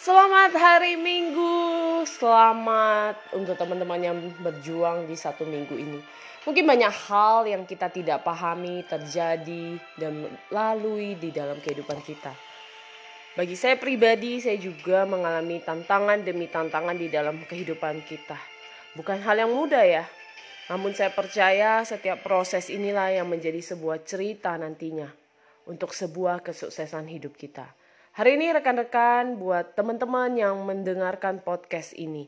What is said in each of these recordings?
Selamat hari Minggu, selamat untuk teman-teman yang berjuang di satu minggu ini. Mungkin banyak hal yang kita tidak pahami terjadi dan lalui di dalam kehidupan kita. Bagi saya pribadi, saya juga mengalami tantangan demi tantangan di dalam kehidupan kita. Bukan hal yang mudah ya, namun saya percaya setiap proses inilah yang menjadi sebuah cerita nantinya untuk sebuah kesuksesan hidup kita. Hari ini rekan-rekan buat teman-teman yang mendengarkan podcast ini.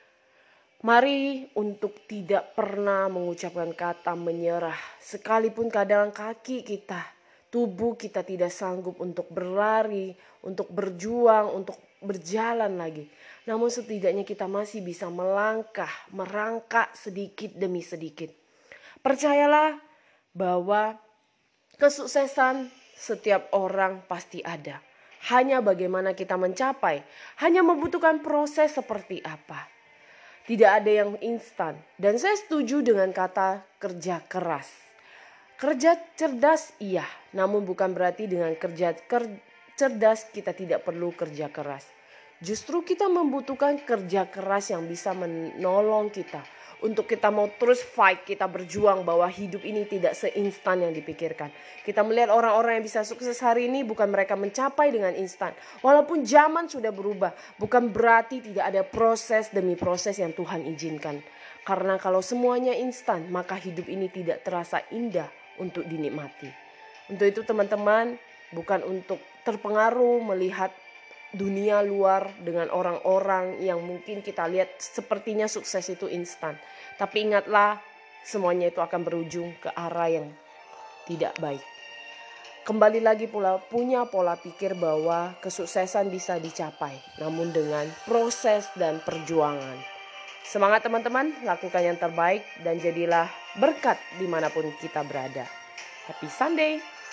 Mari untuk tidak pernah mengucapkan kata menyerah. Sekalipun kadang kaki kita, tubuh kita tidak sanggup untuk berlari, untuk berjuang, untuk berjalan lagi. Namun setidaknya kita masih bisa melangkah, merangkak sedikit demi sedikit. Percayalah bahwa kesuksesan setiap orang pasti ada. Hanya bagaimana kita mencapai, hanya membutuhkan proses seperti apa. Tidak ada yang instan. Dan saya setuju dengan kata kerja keras. Kerja cerdas iya, namun bukan berarti dengan kerja cerdas kita tidak perlu kerja keras. Justru kita membutuhkan kerja keras yang bisa menolong kita. Untuk kita mau terus fight, kita berjuang bahwa hidup ini tidak seinstan yang dipikirkan. Kita melihat orang-orang yang bisa sukses hari ini bukan mereka mencapai dengan instan. Walaupun zaman sudah berubah, bukan berarti tidak ada proses demi proses yang Tuhan izinkan. Karena kalau semuanya instan, maka hidup ini tidak terasa indah untuk dinikmati. Untuk itu teman-teman, bukan untuk terpengaruh melihat dunia luar dengan orang-orang yang mungkin kita lihat sepertinya sukses itu instan. Tapi ingatlah, semuanya itu akan berujung ke arah yang tidak baik. Kembali lagi pula punya pola pikir bahwa kesuksesan bisa dicapai, namun dengan proses dan perjuangan. Semangat teman-teman, lakukan yang terbaik dan jadilah berkat dimanapun kita berada. Happy Sunday!